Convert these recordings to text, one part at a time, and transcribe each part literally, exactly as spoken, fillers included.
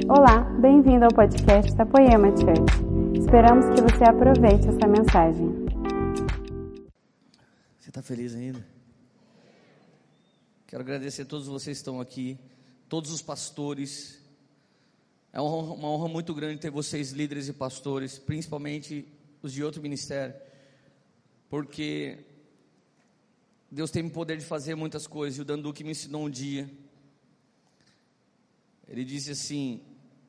Olá, bem-vindo ao podcast da Poema Church. Esperamos que você aproveite essa mensagem. Você está feliz ainda? Quero agradecer a todos vocês que estão aqui, todos os pastores. É uma honra, uma honra muito grande ter vocês, líderes e pastores, principalmente os de outro ministério, porque Deus tem o poder de fazer muitas coisas. E o Danduque me ensinou um dia. Ele disse assim,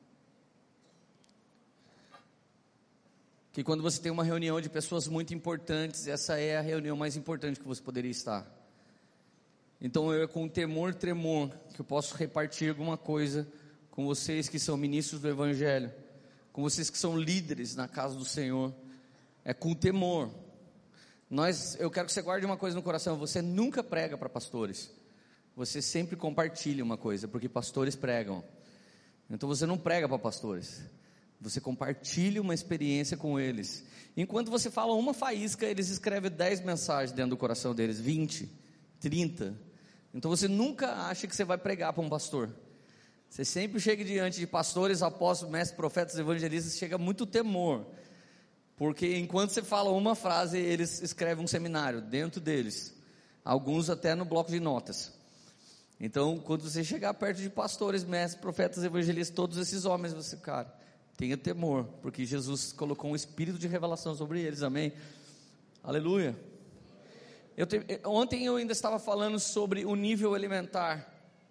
que quando você tem uma reunião de pessoas muito importantes, essa é a reunião mais importante que você poderia estar. Então eu, com temor, tremor, que eu posso repartir alguma coisa com vocês que são ministros do Evangelho, com vocês que são líderes na casa do Senhor, é com temor. Nós, eu quero que você guarde uma coisa no coração: você nunca prega para pastores, você sempre compartilha uma coisa, porque pastores pregam. Então você não prega para pastores, você compartilha uma experiência com eles. Enquanto você fala uma faísca, eles escrevem dez mensagens dentro do coração deles, vinte, trinta. Então você nunca acha que você vai pregar para um pastor. Você sempre chega diante de pastores, apóstolos, mestres, profetas, evangelistas, chega muito temor, porque enquanto você fala uma frase, eles escrevem um seminário dentro deles, alguns até no bloco de notas. Então quando você chegar perto de pastores, mestres, profetas, evangelistas, todos esses homens, você, cara, tenha temor, porque Jesus colocou um espírito de revelação sobre eles, amém? Aleluia. Eu te, ontem eu ainda estava falando sobre o nível elementar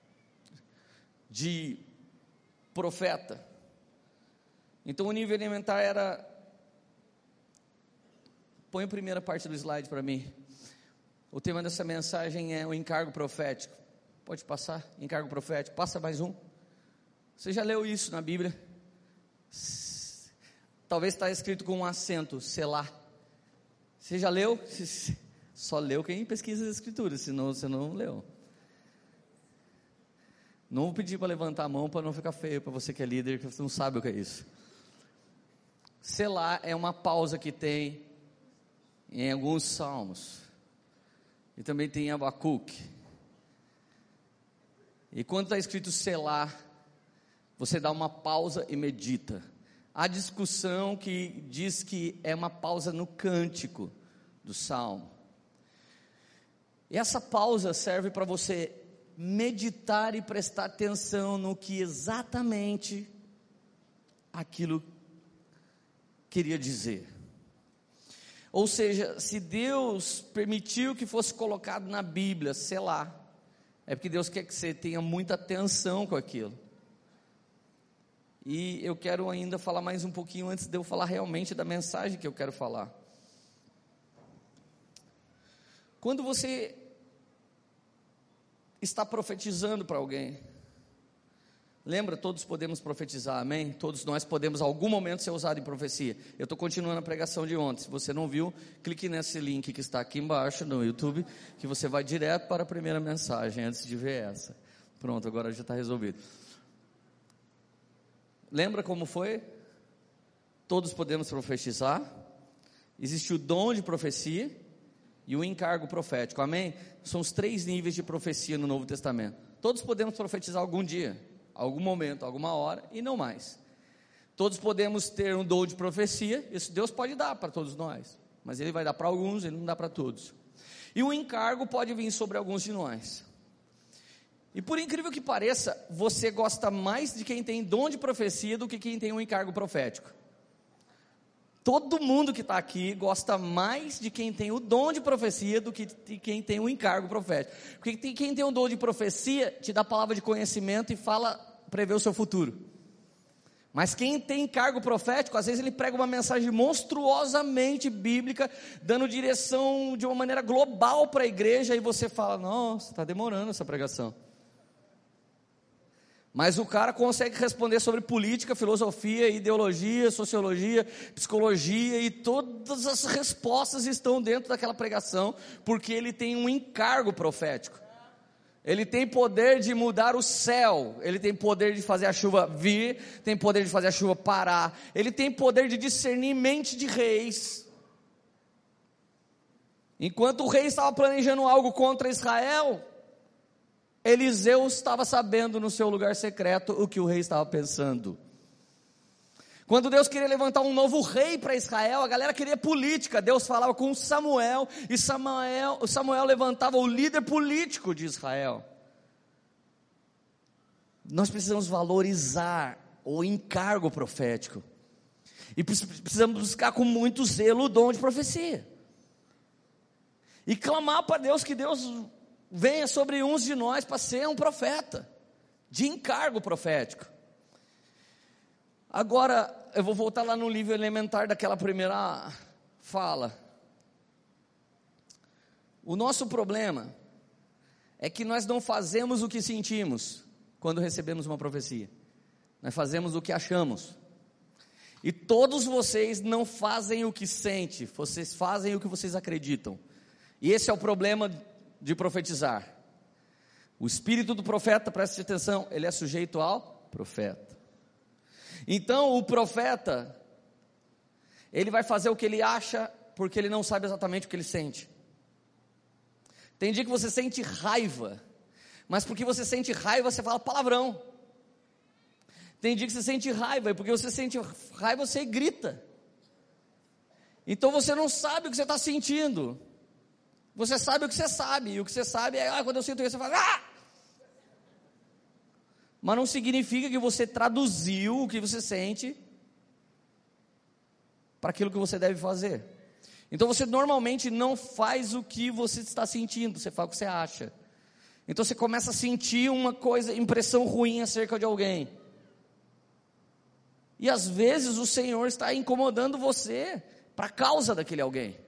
de profeta. Então o nível elementar era, põe a primeira parte do slide para mim. O tema dessa mensagem é o encargo profético. Pode passar, encargo profético, passa mais um. Você já leu isso na Bíblia? Talvez está escrito com um acento, Selá. Você já leu? Só leu quem pesquisa as escrituras, senão você não leu. Não vou pedir para levantar a mão para não ficar feio para você que é líder, que você não sabe o que é isso. Selá é uma pausa que tem em alguns salmos, e também tem em Abacuque. E quando está escrito Selá, você dá uma pausa e medita. Há discussão que diz que é uma pausa no cântico do salmo. E essa pausa serve para você meditar e prestar atenção no que exatamente aquilo queria dizer. Ou seja, se Deus permitiu que fosse colocado na Bíblia, Selá, é porque Deus quer que você tenha muita atenção com aquilo. E eu quero ainda falar mais um pouquinho antes de eu falar realmente da mensagem que eu quero falar. Quando você está profetizando para alguém, lembra, todos podemos profetizar, amém? Todos nós podemos em algum momento ser usados em profecia. Eu estou continuando a pregação de ontem. Se você não viu, clique nesse link que está aqui embaixo no YouTube, que você vai direto para a primeira mensagem, antes de ver essa. Pronto, agora já está resolvido. Lembra como foi? Todos podemos profetizar. Existe o dom de profecia e o encargo profético, amém? São os três níveis de profecia no Novo Testamento. Todos podemos profetizar algum dia, algum momento, alguma hora, e não mais. Todos podemos ter um dom de profecia. Isso Deus pode dar para todos nós, mas Ele vai dar para alguns, Ele não dá para todos. E o encargo pode vir sobre alguns de nós. E por incrível que pareça, você gosta mais de quem tem dom de profecia do que quem tem um encargo profético. Todo mundo que está aqui gosta mais de quem tem o dom de profecia do que de quem tem o encargo profético. Porque quem tem o dom de profecia te dá palavra de conhecimento e fala, prevê o seu futuro. Mas quem tem encargo profético, às vezes ele prega uma mensagem monstruosamente bíblica, dando direção de uma maneira global para a igreja, e você fala, nossa, está demorando essa pregação. Mas o cara consegue responder sobre política, filosofia, ideologia, sociologia, psicologia, e todas as respostas estão dentro daquela pregação, porque ele tem um encargo profético. Ele tem poder de mudar o céu, ele tem poder de fazer a chuva vir, tem poder de fazer a chuva parar, ele tem poder de discernir mente de reis. Enquanto o rei estava planejando algo contra Israel, Eliseu estava sabendo no seu lugar secreto o que o rei estava pensando. Quando Deus queria levantar um novo rei para Israel, a galera queria política. Deus falava com Samuel, e Samuel, Samuel levantava o líder político de Israel. Nós precisamos valorizar o encargo profético. E precisamos buscar com muito zelo o dom de profecia. E clamar para Deus que Deus venha sobre uns de nós para ser um profeta, de encargo profético. Agora, eu vou voltar lá no livro elementar daquela primeira fala. O nosso problema é que nós não fazemos o que sentimos quando recebemos uma profecia. Nós fazemos o que achamos. E todos vocês não fazem o que sentem, vocês fazem o que vocês acreditam. E esse é o problema de profetizar. O espírito do profeta, preste atenção, ele é sujeito ao profeta. Então o profeta, ele vai fazer o que ele acha, porque ele não sabe exatamente o que ele sente. Tem dia que você sente raiva, mas porque você sente raiva, você fala palavrão. Tem dia que você sente raiva, e porque você sente raiva, você grita. Então você não sabe o que você está sentindo. Você sabe o que você sabe, e o que você sabe é, ah, quando eu sinto isso, você fala, ah! Mas não significa que você traduziu o que você sente para aquilo que você deve fazer. Então você normalmente não faz o que você está sentindo, você faz o que você acha. Então você começa a sentir uma coisa, impressão ruim acerca de alguém. E às vezes o Senhor está incomodando você para causa daquele alguém.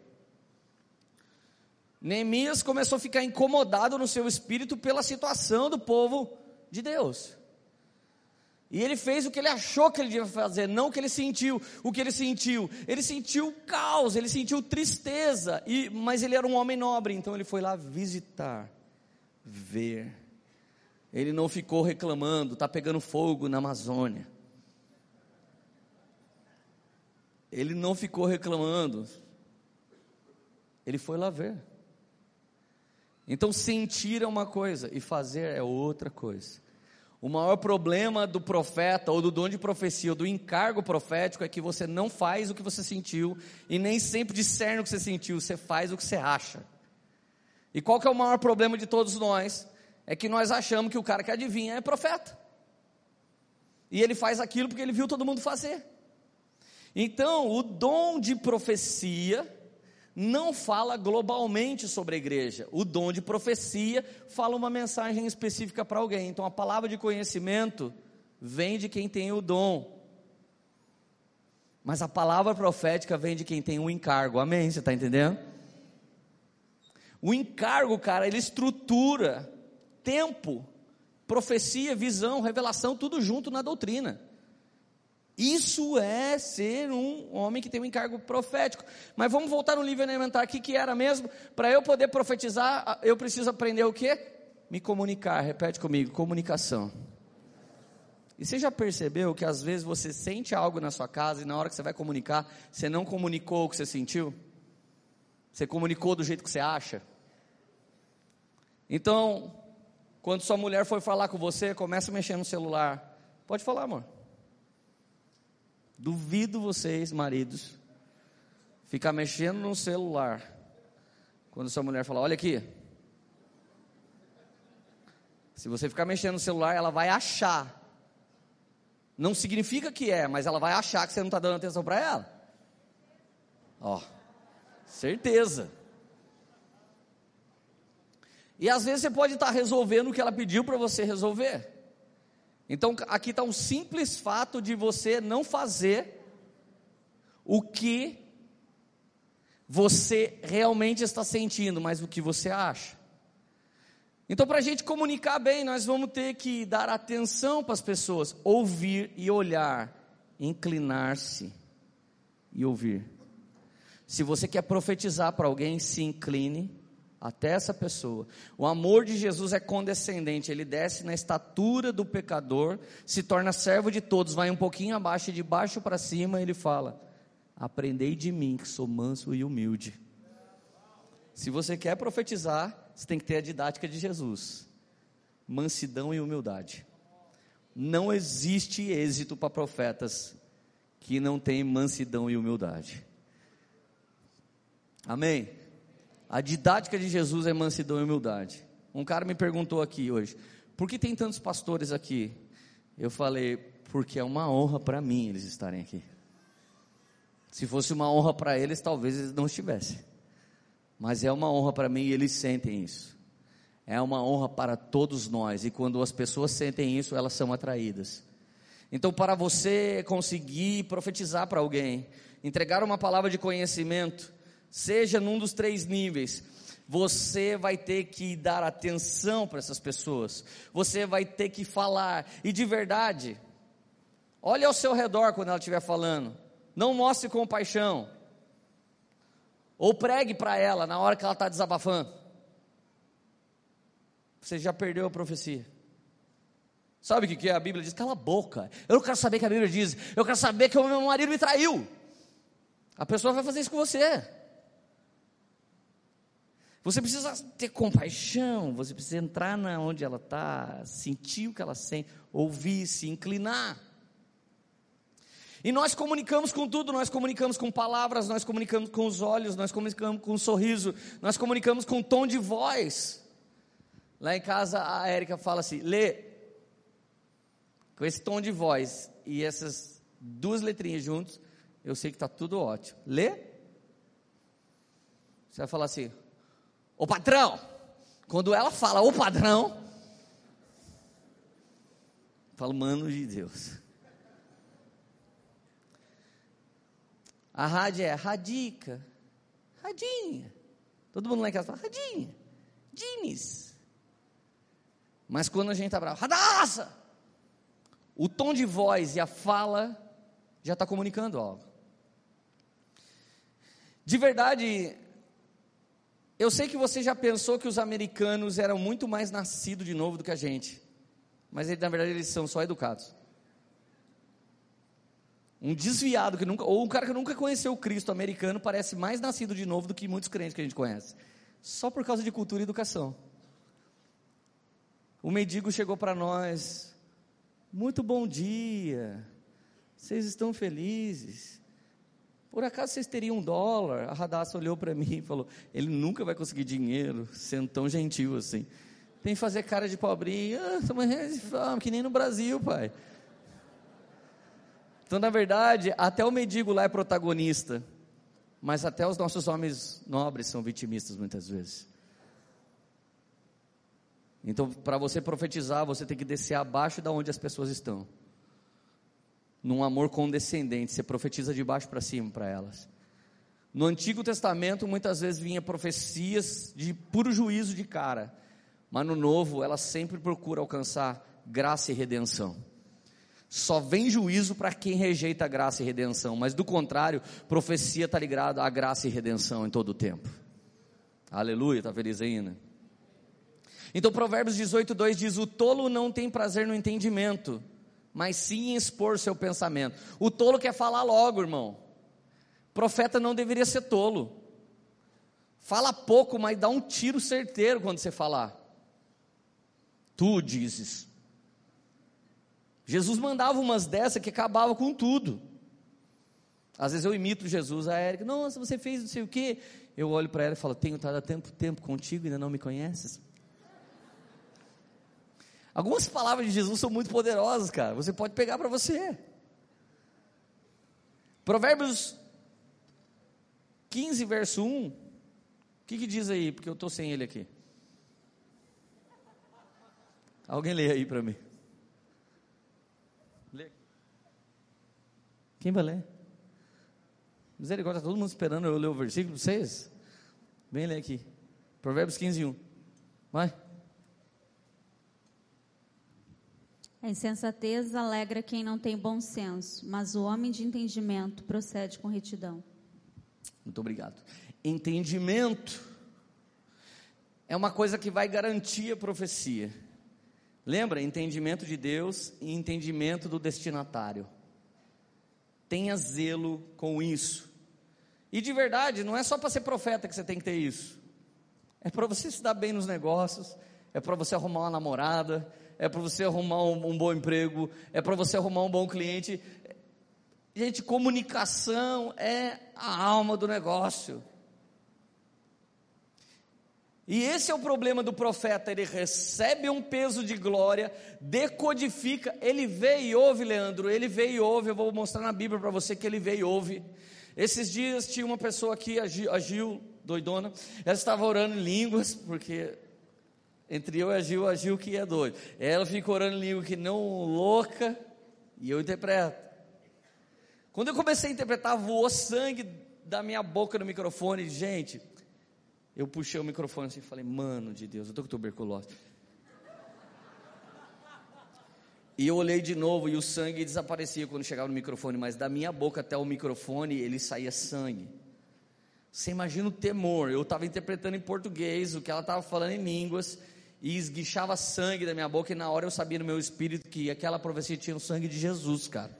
Neemias começou a ficar incomodado no seu espírito pela situação do povo de Deus. E ele fez o que ele achou que ele devia fazer, não o que ele sentiu. O que ele sentiu? Ele sentiu caos, ele sentiu tristeza, e, mas ele era um homem nobre, então ele foi lá visitar, ver. Ele não ficou reclamando, está pegando fogo na Amazônia. Ele não ficou reclamando, ele foi lá ver. Então sentir é uma coisa, e fazer é outra coisa. O maior problema do profeta, ou do dom de profecia, ou do encargo profético, é que você não faz o que você sentiu, e nem sempre discerne o que você sentiu, você faz o que você acha. E qual que é o maior problema de todos nós? É que nós achamos que o cara que adivinha é profeta, e ele faz aquilo porque ele viu todo mundo fazer. Então, o dom de profecia não fala globalmente sobre a igreja. O dom de profecia fala uma mensagem específica para alguém. Então a palavra de conhecimento vem de quem tem o dom, mas a palavra profética vem de quem tem o encargo. Amém? Você está entendendo? O encargo, cara, ele estrutura tempo, profecia, visão, revelação, tudo junto na doutrina. Isso é ser um homem que tem um encargo profético. Mas vamos voltar no livro elementar, o que, que era mesmo? Para eu poder profetizar, eu preciso aprender o quê? Me comunicar. Repete comigo, comunicação. E você já percebeu que às vezes você sente algo na sua casa, e na hora que você vai comunicar, você não comunicou o que você sentiu? Você comunicou do jeito que você acha? Então, quando sua mulher for falar com você, começa a mexer no celular. Pode falar, amor. Duvido vocês, maridos, ficar mexendo no celular quando sua mulher falar, olha aqui. Se você ficar mexendo no celular, ela vai achar. Não significa que é, mas ela vai achar que você não está dando atenção para ela. Ó, certeza. E às vezes você pode estar resolvendo o que ela pediu para você resolver. Então aqui está um simples fato de você não fazer o que você realmente está sentindo, mas o que você acha. Então para a gente comunicar bem, nós vamos ter que dar atenção para as pessoas, ouvir e olhar, inclinar-se e ouvir. Se você quer profetizar para alguém, se incline até essa pessoa. O amor de Jesus é condescendente, ele desce na estatura do pecador, se torna servo de todos, vai um pouquinho abaixo, e de baixo para cima ele fala, aprendei de mim que sou manso e humilde. Se você quer profetizar, você tem que ter a didática de Jesus, mansidão e humildade. Não existe êxito para profetas que não têm mansidão e humildade. Amém? A didática de Jesus é mansidão e humildade. Um cara me perguntou aqui hoje, por que tem tantos pastores aqui? Eu falei, porque é uma honra para mim eles estarem aqui. Se fosse uma honra para eles, talvez eles não estivessem. Mas é uma honra para mim e eles sentem isso. É uma honra para todos nós. E quando as pessoas sentem isso, elas são atraídas. Então, para você conseguir profetizar para alguém, entregar uma palavra de conhecimento, seja num dos três níveis, você vai ter que dar atenção para essas pessoas. Você vai ter que falar. E de verdade, olhe ao seu redor quando ela estiver falando. Não mostre compaixão. Ou pregue para ela na hora que ela está desabafando. Você já perdeu a profecia. Sabe o que é? A Bíblia diz, cala a boca. Eu não quero saber o que a Bíblia diz. Eu quero saber que o meu marido me traiu. A pessoa vai fazer isso com você. Você precisa ter compaixão. Você precisa entrar na onde ela está, sentir o que ela sente, ouvir, se inclinar. E nós comunicamos com tudo, nós comunicamos com palavras, nós comunicamos com os olhos, nós comunicamos com um sorriso, nós comunicamos com tom de voz. Lá em casa a Érica fala assim, Lê, com esse tom de voz e essas duas letrinhas juntos, eu sei que está tudo ótimo. Lê? Você vai falar assim, ô patrão, quando ela fala ô padrão, eu falo, mano de Deus. A rádio é radica, radinha. Todo mundo lá em casa fala, radinha, Dines. Mas quando a gente está bravo, radaça. O tom de voz e a fala já está comunicando algo. De verdade, eu sei que você já pensou que os americanos eram muito mais nascidos de novo do que a gente. Mas na verdade eles são só educados. Um desviado, que nunca, ou um cara que nunca conheceu o Cristo americano, parece mais nascido de novo do que muitos crentes que a gente conhece. Só por causa de cultura e educação. O mendigo chegou para nós, muito bom dia, vocês estão felizes? Por acaso vocês teriam um dólar? A Radassa olhou para mim e falou, ele nunca vai conseguir dinheiro, sendo tão gentil assim. Tem que fazer cara de pobrinho, ah, mas que nem no Brasil, pai. Então, na verdade, até o mendigo lá é protagonista, mas até os nossos homens nobres são vitimistas muitas vezes. Então, para você profetizar, você tem que descer abaixo da onde as pessoas estão. Num amor condescendente, você profetiza de baixo para cima para elas. No Antigo Testamento, muitas vezes vinha profecias de puro juízo de cara, mas no Novo, ela sempre procura alcançar graça e redenção. Só vem juízo para quem rejeita a graça e redenção, mas do contrário, profecia está ligada à graça e redenção em todo o tempo. Aleluia, está feliz ainda? Então Provérbios dezoito, dois diz, o tolo não tem prazer no entendimento, mas sim em expor seu pensamento. O tolo quer falar logo, irmão. Profeta não deveria ser tolo. Fala pouco, mas dá um tiro certeiro quando você falar. Tu dizes. Jesus mandava umas dessas que acabava com tudo. Às vezes eu imito Jesus, a Érica, nossa, você fez não sei o quê. Eu olho para ela e falo, tenho estado há tempo, tempo contigo e ainda não me conheces? Algumas palavras de Jesus são muito poderosas, cara. Você pode pegar para você. Provérbios quinze, verso um. O que, que diz aí? Porque eu estou sem ele aqui. Alguém lê aí para mim. Lê. Quem vai ler? Misericórdia, está todo mundo esperando eu ler o versículo seis? Vem ler aqui. Provérbios quinze, um. Vai. A insensatez alegra quem não tem bom senso, mas o homem de entendimento procede com retidão. Muito obrigado. Entendimento é uma coisa que vai garantir a profecia. Lembra? Entendimento de Deus e entendimento do destinatário. Tenha zelo com isso. E de verdade, não é só para ser profeta que você tem que ter isso. É para você se dar bem nos negócios, é para você arrumar uma namorada, é para você arrumar um, um bom emprego, é para você arrumar um bom cliente. Gente, comunicação é a alma do negócio. E esse é o problema do profeta, ele recebe um peso de glória, decodifica, ele vê e ouve, Leandro, ele vê e ouve, eu vou mostrar na Bíblia para você que ele vê e ouve. Esses dias tinha uma pessoa aqui, a Gil, a Gil doidona, ela estava orando em línguas, porque entre eu e a Gil, a Gil que é doida, ela fica orando em língua que não louca, e eu interpreto. Quando eu comecei a interpretar, voou sangue da minha boca no microfone, gente... Eu puxei o microfone assim e falei, mano de Deus, eu estou com tuberculose. E eu olhei de novo e o sangue desaparecia quando chegava no microfone, mas da minha boca até o microfone ele saía sangue. Você imagina o temor, eu estava interpretando em português o que ela estava falando em línguas, e esguichava sangue da minha boca, e na hora eu sabia no meu espírito que aquela profecia tinha o sangue de Jesus, cara.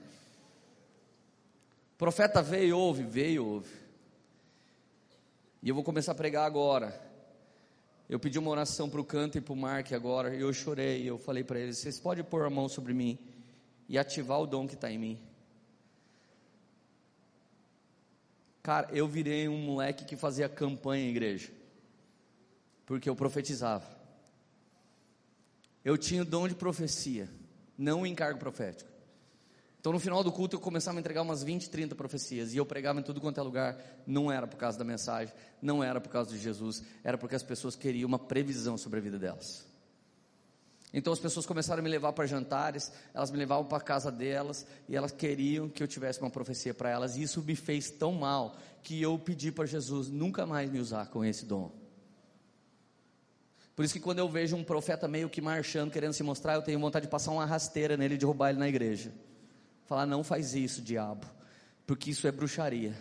O profeta veio e ouve, veio e ouve. E eu vou começar a pregar agora. Eu pedi uma oração para o Canto e para o Mark agora, e eu chorei, eu falei para eles, vocês podem pôr a mão sobre mim, e ativar o dom que está em mim. Cara, eu virei um moleque que fazia campanha em igreja, porque eu profetizava. Eu tinha o dom de profecia, não o encargo profético. Então no final do culto eu começava a entregar umas vinte, trinta profecias, e eu pregava em tudo quanto é lugar. Não era por causa da mensagem, não era por causa de Jesus, era porque as pessoas queriam uma previsão sobre a vida delas. Então as pessoas começaram a me levar para jantares, elas me levavam para a casa delas, e elas queriam que eu tivesse uma profecia para elas, e isso me fez tão mal, que eu pedi para Jesus nunca mais me usar com esse dom. Por isso que quando eu vejo um profeta meio que marchando, querendo se mostrar, eu tenho vontade de passar uma rasteira nele e derrubar ele na igreja. Falar, não faz isso, diabo, porque isso é bruxaria.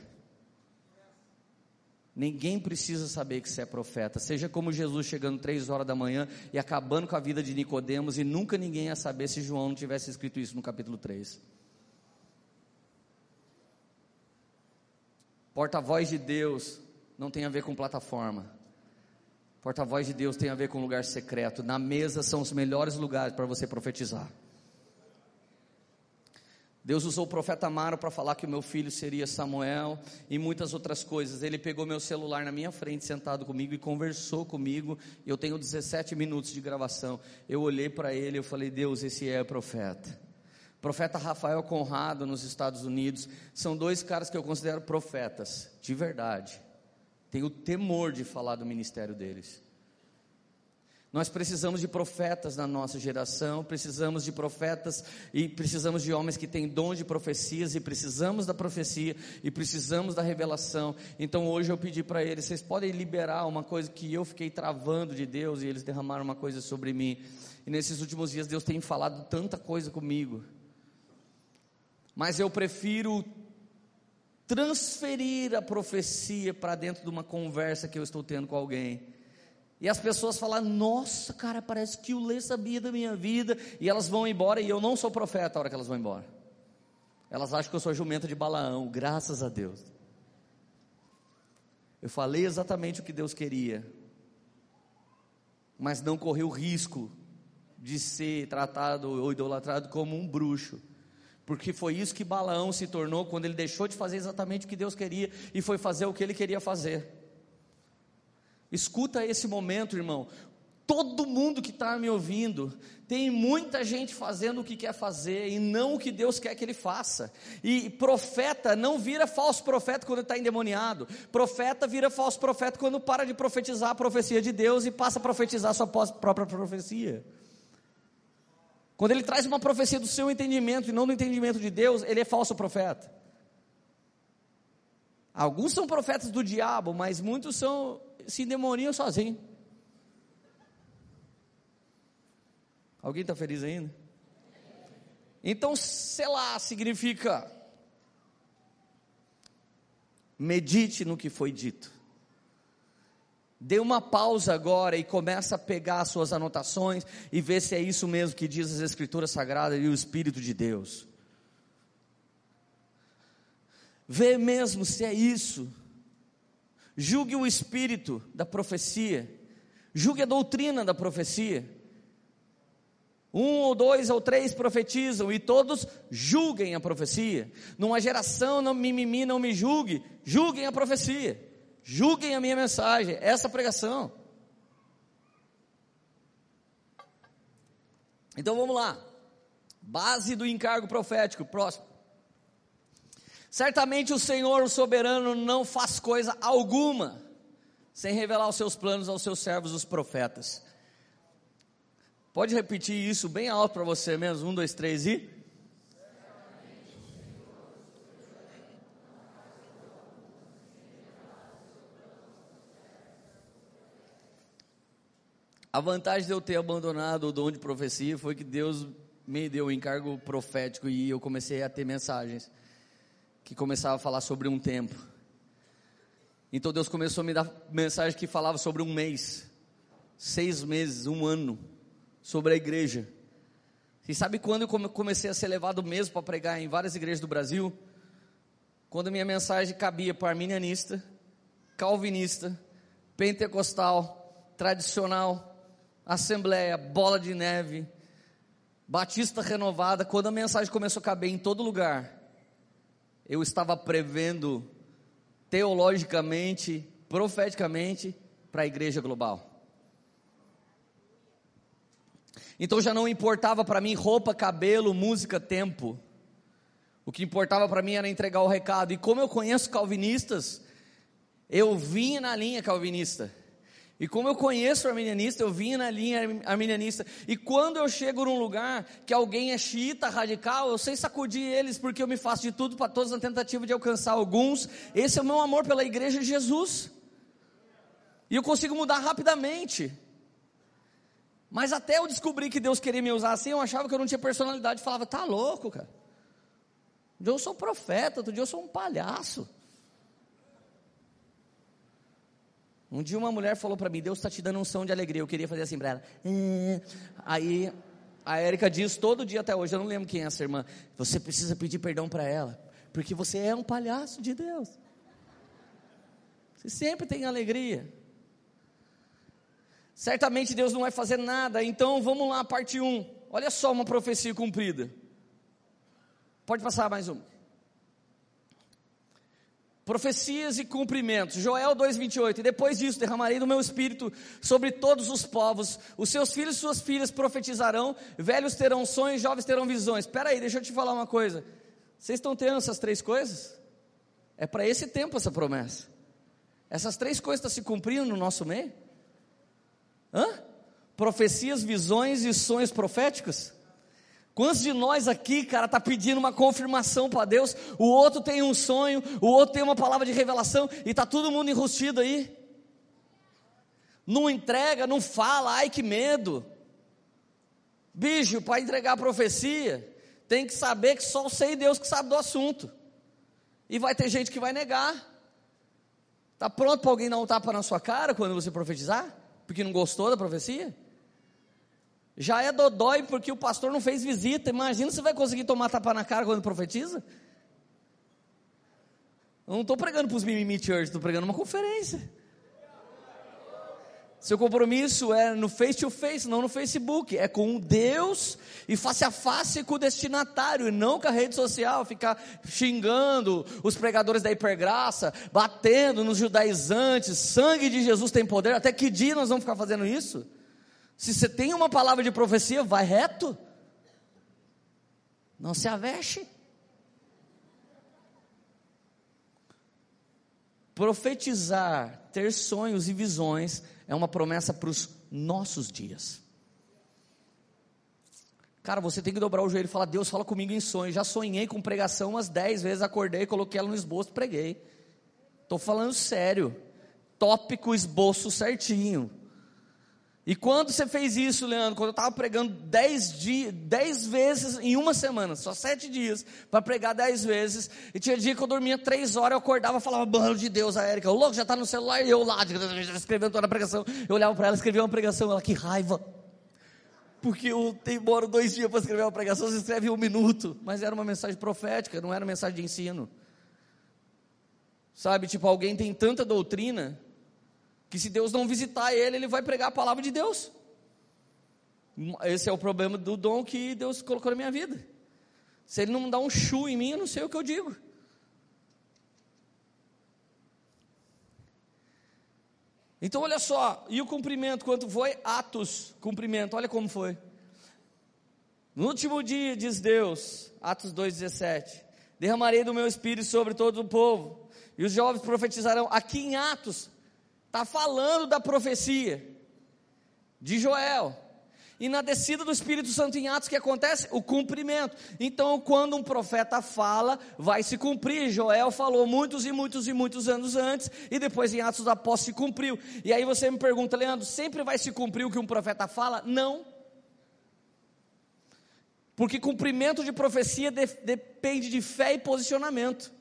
Ninguém precisa saber que você é profeta. Seja como Jesus chegando três horas da manhã e acabando com a vida de Nicodemos, e nunca ninguém ia saber se João não tivesse escrito isso no capítulo três. Porta-voz de Deus não tem a ver com plataforma. Porta-voz de Deus tem a ver com lugar secreto. Na mesa são os melhores lugares para você profetizar. Deus usou o profeta Amaro para falar que o meu filho seria Samuel, e muitas outras coisas. Ele pegou meu celular na minha frente, sentado comigo, e conversou comigo. Eu tenho dezessete minutos de gravação. Eu olhei para ele e eu falei, Deus, esse é o profeta. Profeta Rafael Conrado, nos Estados Unidos. São dois caras que eu considero profetas, de verdade. Tenho temor de falar do ministério deles. Nós precisamos de profetas na nossa geração, precisamos de profetas e precisamos de homens que têm dom de profecias, e precisamos da profecia e precisamos da revelação. Então hoje eu pedi para eles, vocês podem liberar uma coisa que eu fiquei travando de Deus, e eles derramaram uma coisa sobre mim. E nesses últimos dias Deus tem falado tanta coisa comigo, mas eu prefiro transferir a profecia para dentro de uma conversa que eu estou tendo com alguém. E as pessoas falam, nossa cara, parece que o Lê sabia da minha vida, e elas vão embora, e eu não sou profeta a hora que elas vão embora. Elas acham que eu sou jumenta de Balaão, graças a Deus. Eu falei exatamente o que Deus queria, mas não corri o risco de ser tratado ou idolatrado como um bruxo, porque foi isso que Balaão se tornou, quando ele deixou de fazer exatamente o que Deus queria, e foi fazer o que ele queria fazer. Escuta esse momento, irmão. Todo mundo que está me ouvindo, tem muita gente fazendo o que quer fazer e não o que Deus quer que ele faça. E profeta não vira falso profeta quando está endemoniado. Profeta vira falso profeta quando para de profetizar a profecia de Deus e passa a profetizar a sua própria profecia. Quando ele traz uma profecia do seu entendimento e não do entendimento de Deus, ele é falso profeta. Alguns são profetas do diabo, mas muitos são, se endemoniam sozinhos. Alguém está feliz ainda? Então, selá significa medite no que foi dito. Dê uma pausa agora e começa a pegar as suas anotações e ver se é isso mesmo que diz as Escrituras Sagradas e o Espírito de Deus. Vê mesmo se é isso. Julgue o espírito da profecia. Julgue a doutrina da profecia. Um ou dois ou três profetizam e todos julguem a profecia. Numa geração não mimimi, não me julgue, julguem a profecia, julguem a minha mensagem, essa pregação. Então vamos lá, base do encargo profético, próximo. Certamente o Senhor, o soberano, não faz coisa alguma sem revelar os seus planos aos seus servos, os profetas. Pode repetir isso bem alto para você mesmo, um, dois, três e... A vantagem de eu ter abandonado o dom de profecia foi que Deus me deu o encargo profético e eu comecei a ter mensagens que começavam a falar sobre um tempo. Então Deus começou a me dar mensagem que falava sobre um mês, seis meses, um ano, sobre a igreja. E sabe quando eu comecei a ser levado mesmo para pregar em várias igrejas do Brasil? Quando a minha mensagem cabia para arminianista, calvinista, pentecostal, tradicional, assembleia, bola de neve, batista renovada. Quando a mensagem começou a caber em todo lugar, eu estava prevendo teologicamente, profeticamente, para a igreja global. Então já não importava para mim roupa, cabelo, música, tempo. O que importava para mim era entregar o recado. E como eu conheço calvinistas, eu vim na linha calvinista. E como eu conheço arminianista, eu vim na linha arminianista. E quando eu chego num lugar que alguém é xiita radical, eu sei sacudir eles, porque eu me faço de tudo para todos na tentativa de alcançar alguns. Esse é o meu amor pela igreja de Jesus. E eu consigo mudar rapidamente. Mas até eu descobri que Deus queria me usar assim, eu achava que eu não tinha personalidade. Falava, tá louco, cara. Um dia eu sou profeta, outro dia eu sou um palhaço. Um dia uma mulher falou para mim, Deus está te dando um som de alegria. Eu queria fazer assim para ela. É. Aí a Érica diz todo dia até hoje, eu não lembro quem é essa irmã, você precisa pedir perdão para ela, porque você é um palhaço de Deus. Você sempre tem alegria. Certamente Deus não vai fazer nada. Então vamos lá, parte um. Olha só uma profecia cumprida. Pode passar mais uma. Profecias e cumprimentos. Joel dois, vinte e oito. E depois disso derramarei do meu espírito sobre todos os povos. Os seus filhos e suas filhas profetizarão. Velhos terão sonhos, jovens terão visões. Espera aí, deixa eu te falar uma coisa. Vocês estão tendo essas três coisas? É para esse tempo essa promessa. Essas três coisas estão se cumprindo no nosso meio? Hã? Profecias, visões e sonhos proféticos? Quantos de nós aqui, cara, está pedindo uma confirmação para Deus? O outro tem um sonho, o outro tem uma palavra de revelação, e está todo mundo enrustido aí. Não entrega, não fala, ai que medo. Bicho, para entregar a profecia, tem que saber que só você e Deus que sabe do assunto. E vai ter gente que vai negar. Está pronto para alguém dar um tapa na sua cara quando você profetizar? Porque não gostou da profecia? Já é dodói porque o pastor não fez visita. Imagina se vai conseguir tomar tapa na cara quando profetiza. Eu não estou pregando para os mimimi church, estou pregando uma conferência. Seu compromisso é no face to face, não no Facebook. É com Deus e face a face com o destinatário, e não com a rede social, ficar xingando os pregadores da hipergraça, batendo nos judaizantes. Sangue de Jesus tem poder. Até que dia nós vamos ficar fazendo isso? Se você tem uma palavra de profecia, vai reto. Não se avexe. Profetizar, ter sonhos e visões é uma promessa para os nossos dias. Cara, você tem que dobrar o joelho e falar, Deus, fala comigo em sonho. Já sonhei com pregação umas dez vezes, acordei, coloquei ela no esboço, preguei. Estou falando sério. Tópico, esboço certinho. E quando você fez isso, Leandro? Quando eu estava pregando dez dias, dez vezes em uma semana, só sete dias, para pregar dez vezes, e tinha dia que eu dormia três horas, eu acordava e falava, mano de Deus, a Érica, o louco já está no celular, e eu lá, escrevendo toda a pregação, eu olhava para ela, escrevia uma pregação, ela, que raiva, porque eu demoro dois dias para escrever uma pregação, você escreve um minuto, mas era uma mensagem profética, não era uma mensagem de ensino, sabe, tipo, alguém tem tanta doutrina, que se Deus não visitar ele, ele vai pregar a palavra de Deus. Esse é o problema do dom que Deus colocou na minha vida. Se ele não dá um chu em mim, eu não sei o que eu digo. Então olha só, e o cumprimento, quanto foi? Atos, cumprimento, olha como foi. No último dia, diz Deus, Atos dois, dezessete, derramarei do meu espírito sobre todo o povo, e os jovens profetizarão. Aqui em Atos, está falando da profecia de Joel. E na descida do Espírito Santo em Atos, o que acontece? O cumprimento. Então, quando um profeta fala, vai se cumprir. Joel falou muitos e muitos e muitos anos antes, e depois em Atos dos Apóstolos se cumpriu. E aí você me pergunta, Leandro, sempre vai se cumprir o que um profeta fala? Não. Porque cumprimento de profecia de, depende de fé e posicionamento.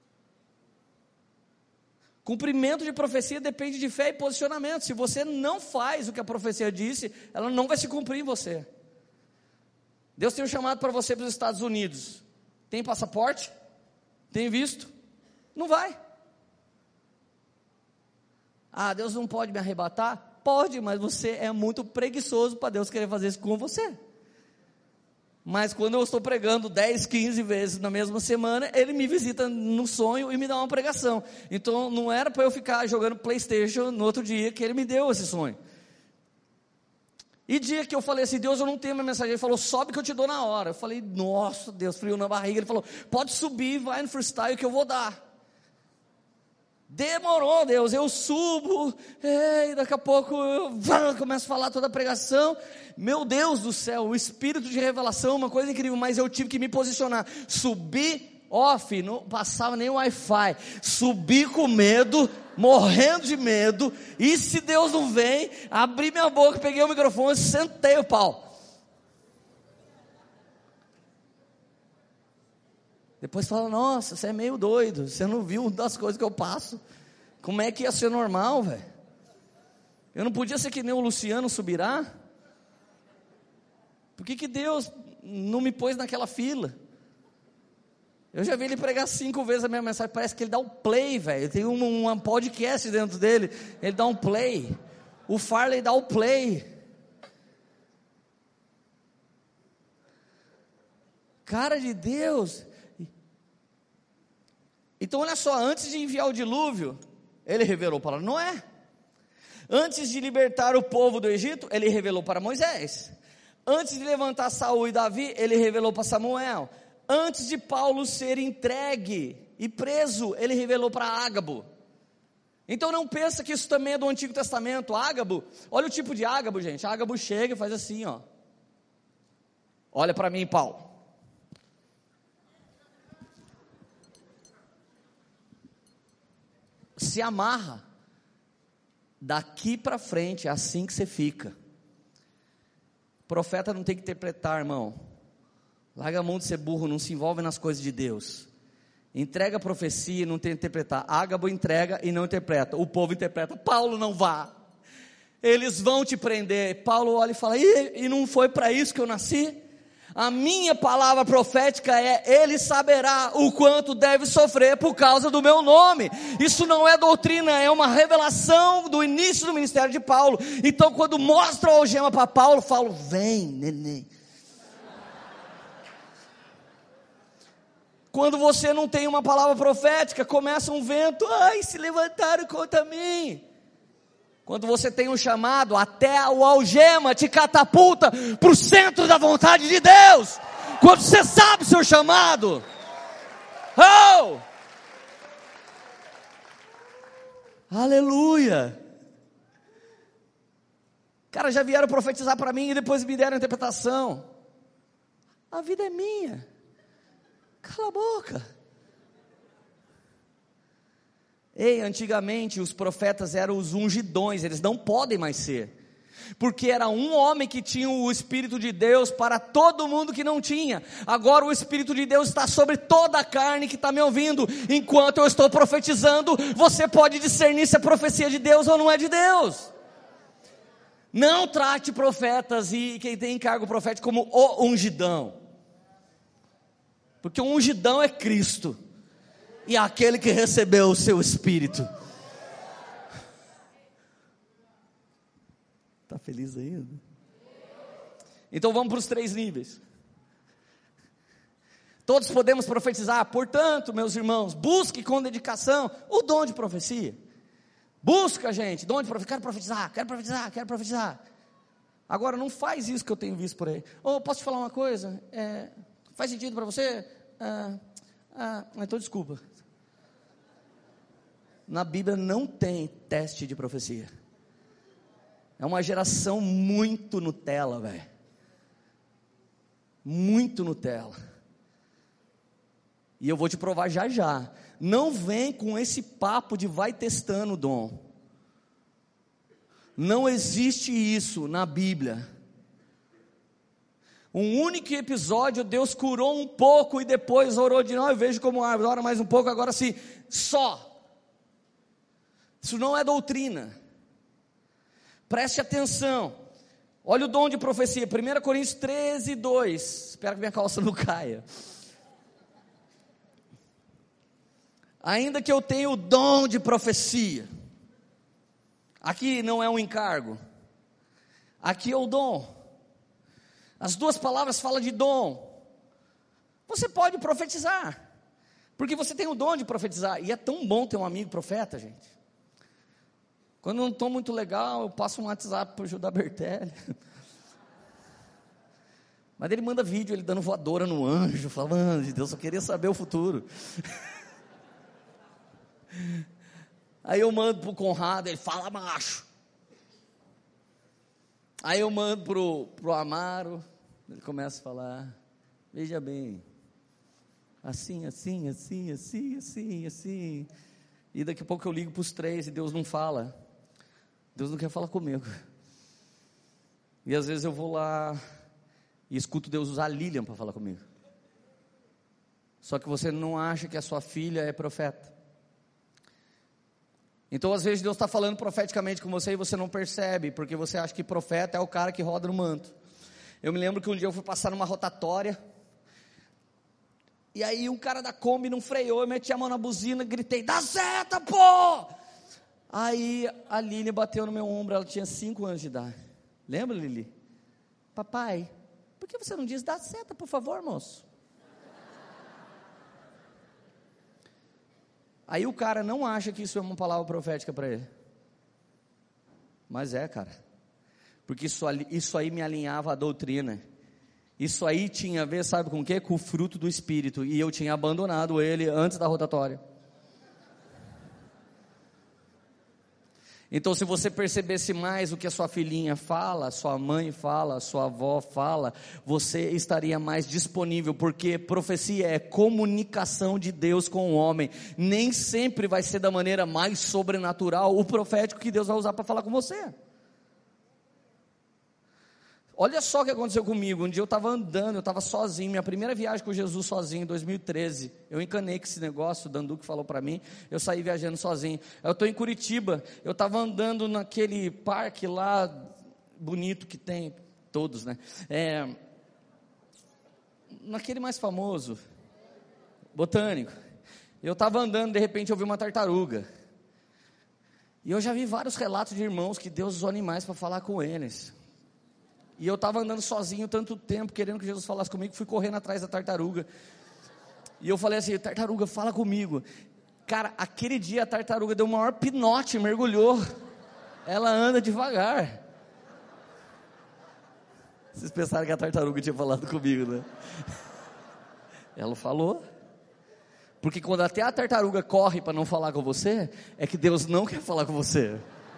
Cumprimento de profecia depende de fé e posicionamento. Se você não faz o que a profecia disse, ela não vai se cumprir em você. Deus tem um chamado para você para os Estados Unidos. Tem passaporte? Tem visto? Não vai. Ah, Deus não pode me arrebatar? Pode, mas você é muito preguiçoso para Deus querer fazer isso com você. Mas quando eu estou pregando dez, quinze vezes na mesma semana, ele me visita no sonho e me dá uma pregação. Então não era para eu ficar jogando PlayStation no outro dia que ele me deu esse sonho. E dia que eu falei assim, Deus, eu não tenho minha mensagem. Ele falou, sobe que eu te dou na hora. Eu falei, nossa Deus, frio na barriga. Ele falou, pode subir, vai no freestyle que eu vou dar. Demorou, Deus, eu subo, e daqui a pouco eu começo a falar toda a pregação. Meu Deus do céu, o espírito de revelação, uma coisa incrível, mas eu tive que me posicionar. Subi off, não passava nem Wi-Fi, subi com medo, morrendo de medo, e se Deus não vem, abri minha boca, peguei o microfone, sentei o pau. Depois fala, nossa, você é meio doido, você não viu das coisas que eu passo, como é que ia ser normal, velho? Eu não podia ser que nem o Luciano Subirá? Por que que Deus não me pôs naquela fila? Eu já vi ele pregar cinco vezes a minha mensagem, parece que ele dá um play, velho, tem um, um podcast dentro dele, ele dá um play, o Farley dá o play. Cara de Deus. Então olha só, antes de enviar o dilúvio, ele revelou para Noé. Antes de libertar o povo do Egito, ele revelou para Moisés. Antes de levantar Saul e Davi, ele revelou para Samuel. Antes de Paulo ser entregue e preso, ele revelou para Ágabo. Então não pensa que isso também é do Antigo Testamento. Ágabo, olha o tipo de Ágabo, gente. Ágabo chega e faz assim, ó. Olha para mim, Paulo. Se amarra, daqui para frente, é assim que você fica. Profeta não tem que interpretar, irmão. Larga a mão de ser burro, não se envolve nas coisas de Deus. Entrega a profecia e não tem que interpretar. Ágabo entrega e não interpreta. O povo interpreta. Paulo, não vá. Eles vão te prender. Paulo olha e fala, e, e não foi para isso que eu nasci? A minha palavra profética é, ele saberá o quanto deve sofrer por causa do meu nome. Isso não é doutrina, é uma revelação do início do ministério de Paulo. Então quando mostra a algema para Paulo, falo, vem neném. Quando você não tem uma palavra profética, começa um vento, ai, se levantaram contra mim. Quando você tem um chamado, até o algema te catapulta para o centro da vontade de Deus. Quando você sabe o seu chamado. Oh! Aleluia! Cara, já vieram profetizar para mim e depois me deram a interpretação. A vida é minha. Cala a boca. Ei, antigamente os profetas eram os ungidões, eles não podem mais ser, porque era um homem que tinha o Espírito de Deus para todo mundo que não tinha. Agora o Espírito de Deus está sobre toda a carne que está me ouvindo. Enquanto eu estou profetizando, você pode discernir se é profecia de Deus ou não é de Deus. Não trate profetas e quem tem encargo profético como o ungidão, porque o ungidão é Cristo e aquele que recebeu o seu Espírito. feliz ainda? Então vamos para os três níveis. Todos podemos profetizar, portanto, meus irmãos, busque com dedicação o dom de profecia. Busca, gente, dom de profecia. Quero profetizar, quero profetizar, quero profetizar. Agora, não faz isso que eu tenho visto por aí. Ou, oh, posso te falar uma coisa? É, faz sentido para você? Ah, ah, então desculpa. Na Bíblia não tem teste de profecia. É uma geração muito Nutella, velho. Muito Nutella. E eu vou te provar já já. Não vem com esse papo de vai testando o dom. Não existe isso na Bíblia. Um único episódio, Deus curou um pouco e depois orou de novo. Eu vejo como árvore, ora mais um pouco, agora sim, só. Isso não é doutrina. Preste atenção. Olha o dom de profecia, primeira Coríntios treze, dois. Espero que minha calça não caia. Ainda que eu tenha o dom de profecia, aqui não é um encargo, aqui é o dom. As duas palavras falam de dom. Você pode profetizar, porque você tem o dom de profetizar, e é tão bom ter um amigo profeta, gente. Quando eu não estou muito legal, eu passo um WhatsApp para o Judá Bertelli. Mas ele manda vídeo, ele dando voadora no anjo, falando de Deus, só queria saber o futuro. Aí eu mando para o Conrado, ele fala macho. Aí eu mando para o Amaro, ele começa a falar, veja bem, assim, assim, assim, assim, assim, assim. E daqui a pouco eu ligo para os três e Deus não fala. Deus não quer falar comigo. E às vezes eu vou lá e escuto Deus usar a Lilian para falar comigo. Só que você não acha que a sua filha é profeta. Então às vezes Deus está falando profeticamente com você e você não percebe, porque você acha que profeta é o cara que roda no manto. Eu me lembro que um dia eu fui passar numa rotatória, e aí um cara da Kombi não freou, eu meti a mão na buzina, gritei, dá seta, pô! Aí a Lili bateu no meu ombro, ela tinha cinco anos de idade. Lembra, Lili? Papai, por que você não diz, dá seta, por favor, moço? Aí o cara não acha que isso é uma palavra profética para ele. Mas é, cara. Porque isso, isso aí me alinhava à doutrina. Isso aí tinha a ver, sabe com o quê? Com o fruto do Espírito. E eu tinha abandonado ele antes da rotatória. Então, se você percebesse mais o que a sua filhinha fala, sua mãe fala, sua avó fala, você estaria mais disponível, porque profecia é comunicação de Deus com o homem. Nem sempre vai ser da maneira mais sobrenatural o profético que Deus vai usar para falar com você. Olha só o que aconteceu comigo. Um dia eu estava andando, eu estava sozinho, minha primeira viagem com Jesus sozinho, em dois mil e treze, eu encanei com esse negócio, o Danduque falou para mim, eu saí viajando sozinho. Eu estou em Curitiba, eu estava andando naquele parque lá, bonito que tem, todos, né, é, naquele mais famoso, botânico. Eu estava andando, de repente eu vi uma tartaruga, e eu já vi vários relatos de irmãos que Deus usou animais para falar com eles. E eu estava andando sozinho tanto tempo, querendo que Jesus falasse comigo, fui correndo atrás da tartaruga. E eu falei assim, tartaruga, fala comigo. Cara, aquele dia a tartaruga deu o maior pinote, mergulhou. Ela anda devagar. Vocês pensaram que a tartaruga tinha falado comigo, né? Ela falou. Porque quando até a tartaruga corre para não falar com você, é que Deus não quer falar com você.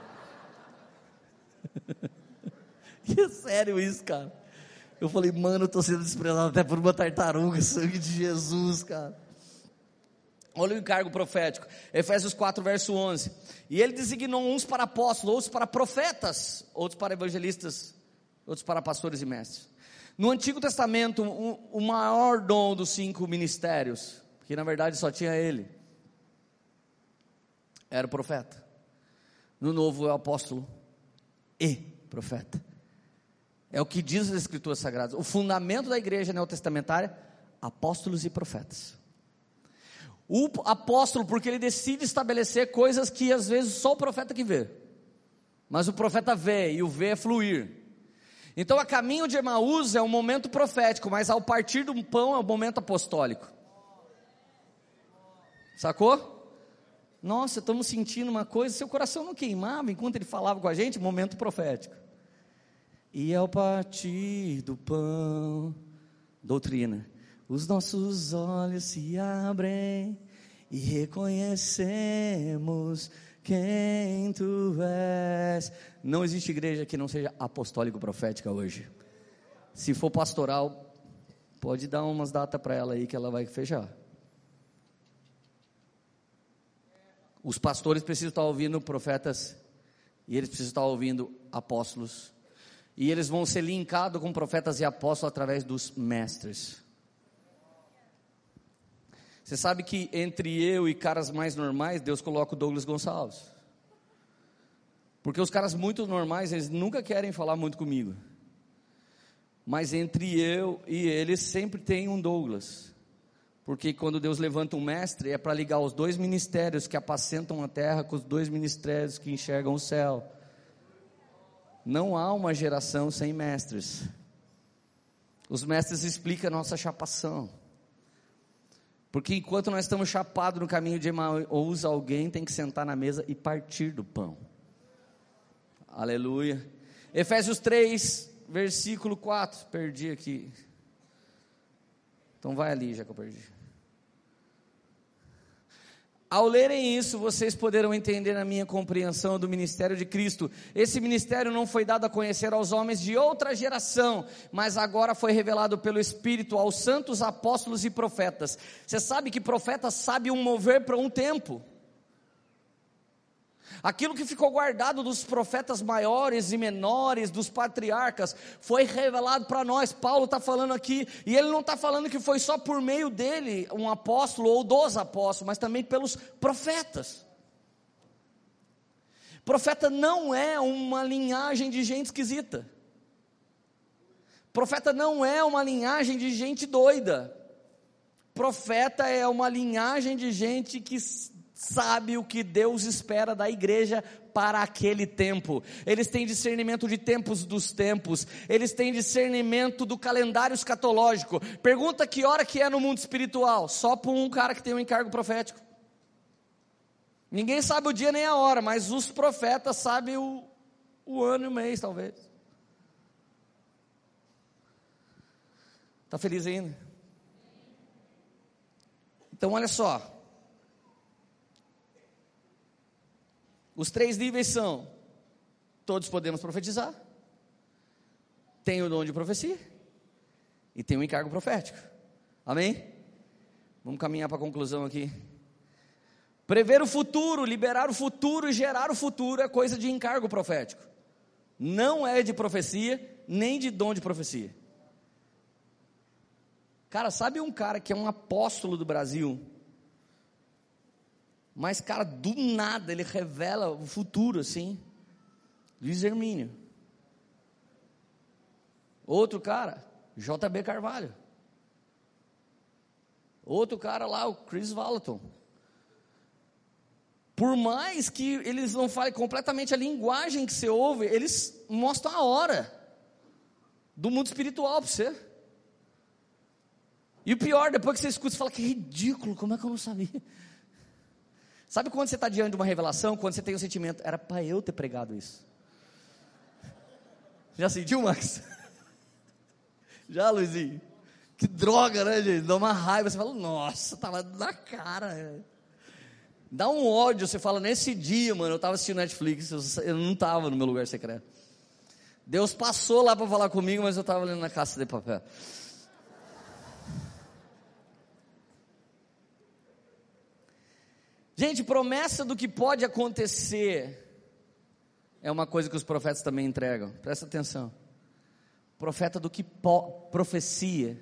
E é sério isso, cara. Eu falei, mano, eu estou sendo desprezado até por uma tartaruga, sangue de Jesus, cara. Olha o encargo profético, Efésios quatro, verso onze. E ele designou uns para apóstolos, outros para profetas, outros para evangelistas, outros para pastores e mestres. No Antigo Testamento, o, o maior dom dos cinco ministérios, que na verdade só tinha ele, era o profeta. No Novo é o apóstolo e profeta. É o que diz as Escrituras Sagradas. O fundamento da igreja neotestamentária, apóstolos e profetas. O apóstolo, porque ele decide estabelecer coisas que às vezes só o profeta que vê. Mas o profeta vê, e o vê é fluir. Então, a caminho de Emaús é um momento profético, mas ao partir do pão é um momento apostólico. Sacou? Nossa, estamos sentindo uma coisa, seu coração não queimava enquanto ele falava com a gente, momento profético. E ao partir do pão, doutrina, os nossos olhos se abrem e reconhecemos quem tu és. Não existe igreja que não seja apostólico-profética hoje. Se for pastoral, pode dar umas datas para ela aí que ela vai fechar. Os pastores precisam estar ouvindo profetas, e eles precisam estar ouvindo apóstolos, e eles vão ser linkados com profetas e apóstolos através dos mestres. Você sabe que entre eu e caras mais normais, Deus coloca o Douglas Gonçalves. Porque os caras muito normais, eles nunca querem falar muito comigo. Mas entre eu e eles sempre tem um Douglas. Porque quando Deus levanta um mestre, é para ligar os dois ministérios que apacentam a terra com os dois ministérios que enxergam o céu. Não há uma geração sem mestres. Os mestres explicam a nossa chapação. Porque enquanto nós estamos chapados no caminho de Emaús, alguém tem que sentar na mesa e partir do pão. Aleluia. Efésios três, versículo quatro. Perdi aqui. Então vai ali, já que eu perdi. Ao lerem isso, vocês poderão entender a minha compreensão do ministério de Cristo. Esse ministério não foi dado a conhecer aos homens de outra geração, mas agora foi revelado pelo Espírito aos santos apóstolos e profetas. Você sabe que profetas sabem um mover para um tempo. Aquilo que ficou guardado dos profetas maiores e menores, dos patriarcas, foi revelado para nós. Paulo está falando aqui, e ele não está falando que foi só por meio dele, um apóstolo ou dos apóstolos, mas também pelos profetas. Profeta não é uma linhagem de gente esquisita. Profeta não é uma linhagem de gente doida. Profeta é uma linhagem de gente que sabe o que Deus espera da igreja para aquele tempo. Eles têm discernimento de tempos dos tempos. Eles têm discernimento do calendário escatológico. Pergunta que hora que é no mundo espiritual? Só por um cara que tem um encargo profético. Ninguém sabe o dia nem a hora, mas os profetas sabem o, o ano e o mês, talvez. Está feliz ainda? Então olha só. Os três níveis são: todos podemos profetizar, tem o dom de profecia e tem o encargo profético. Amém? Vamos caminhar para a conclusão aqui. Prever o futuro, liberar o futuro e gerar o futuro é coisa de encargo profético. Não é de profecia, nem de dom de profecia. Cara, sabe um cara que é um apóstolo do Brasil? Mas, cara, do nada ele revela o futuro, assim. Luiz Hermínio. Outro cara, J B Carvalho. Outro cara lá, o Chris Vallotton. Por mais que eles não falem completamente a linguagem que você ouve, eles mostram a hora do mundo espiritual para você. E o pior, depois que você escuta, você fala: que ridículo, como é que eu não sabia? Sabe quando você está diante de uma revelação, quando você tem um sentimento, era para eu ter pregado isso? Já sentiu, Max? Já, Luizinho? Que droga, né, gente? Dá uma raiva, você fala: nossa, estava na cara. Dá um ódio, você fala: nesse dia, mano, eu estava assistindo Netflix, eu não estava no meu lugar secreto. Deus passou lá para falar comigo, mas eu estava lendo na Casa de Papel. Gente, promessa do que pode acontecer é uma coisa que os profetas também entregam. Presta atenção. Profeta do que po- profecia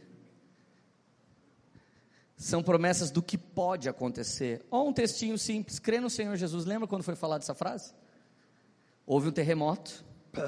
são promessas do que pode acontecer. Ou um textinho simples: crê no Senhor Jesus. Lembra quando foi falada essa frase? Houve um terremoto,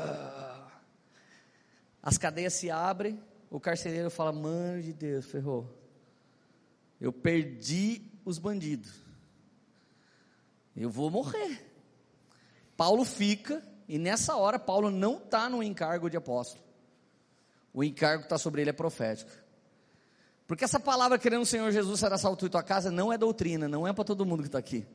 as cadeias se abrem, o carcereiro fala: mano de Deus, ferrou, eu perdi os bandidos, eu vou morrer. Paulo fica E nessa hora, Paulo não está no encargo de apóstolo. O encargo que está sobre ele é profético. Porque essa palavra, querendo o Senhor Jesus será salvo em tua casa, não é doutrina, não é para todo mundo que está aqui.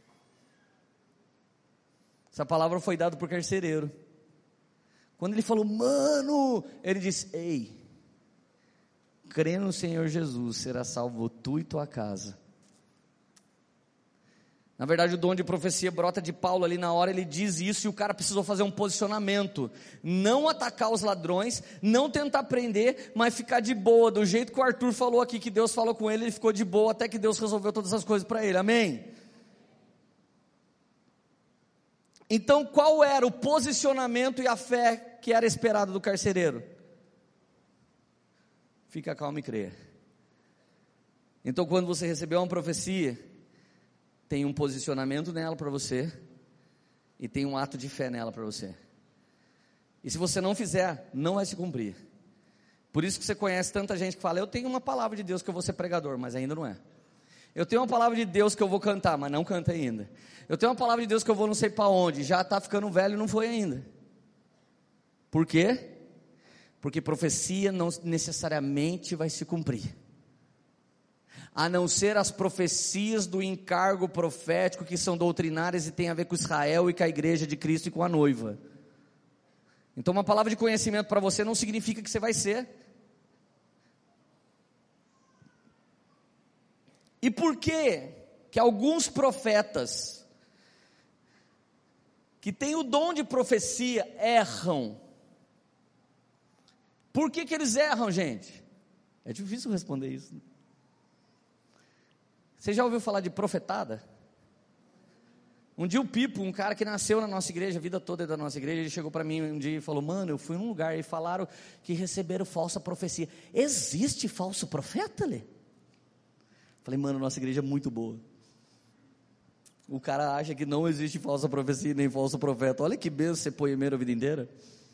Essa palavra foi dada por carcereiro. Quando ele falou, mano, ele disse, ei, crendo no Senhor Jesus, será salvo tu e tua casa. Na verdade, o dom de profecia brota de Paulo ali na hora, ele diz isso e o cara precisou fazer um posicionamento, não atacar os ladrões, não tentar prender, mas ficar de boa, do jeito que o Arthur falou aqui, que Deus falou com ele, ele ficou de boa até que Deus resolveu todas as coisas para ele, amém? Então, qual era o posicionamento e a fé que era esperado do carcereiro? Fica calmo e creia. Então, quando você recebeu uma profecia, tem um posicionamento nela para você, e tem um ato de fé nela para você, e se você não fizer, não vai se cumprir. Por isso que você conhece tanta gente que fala, eu tenho uma palavra de Deus que eu vou ser pregador, mas ainda não é. Eu tenho uma palavra de Deus que eu vou cantar, mas não canta ainda. Eu tenho uma palavra de Deus que eu vou não sei para onde, já está ficando velho e não foi ainda. Por quê? Porque profecia não necessariamente vai se cumprir, a não ser as profecias do encargo profético, que são doutrinárias e tem a ver com Israel e com a igreja de Cristo e com a noiva. Então uma palavra de conhecimento para você não significa que você vai ser. E por que que alguns profetas que têm o dom de profecia erram? Por que que eles erram, gente? É difícil responder isso. Você já ouviu falar de profetada? Um dia o Pipo, um cara que nasceu na nossa igreja, a vida toda é da nossa igreja, ele chegou para mim um dia e falou, mano, eu fui num lugar e falaram que receberam falsa profecia. Existe falso profeta, Lê? Falei, mano, nossa igreja é muito boa. O cara acha que não existe falsa profecia nem falso profeta. Olha que benção ser poemeiro a vida inteira.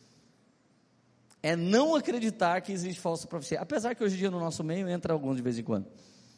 É não acreditar que existe falsa profecia, apesar que hoje em dia no nosso meio entra alguns de vez em quando.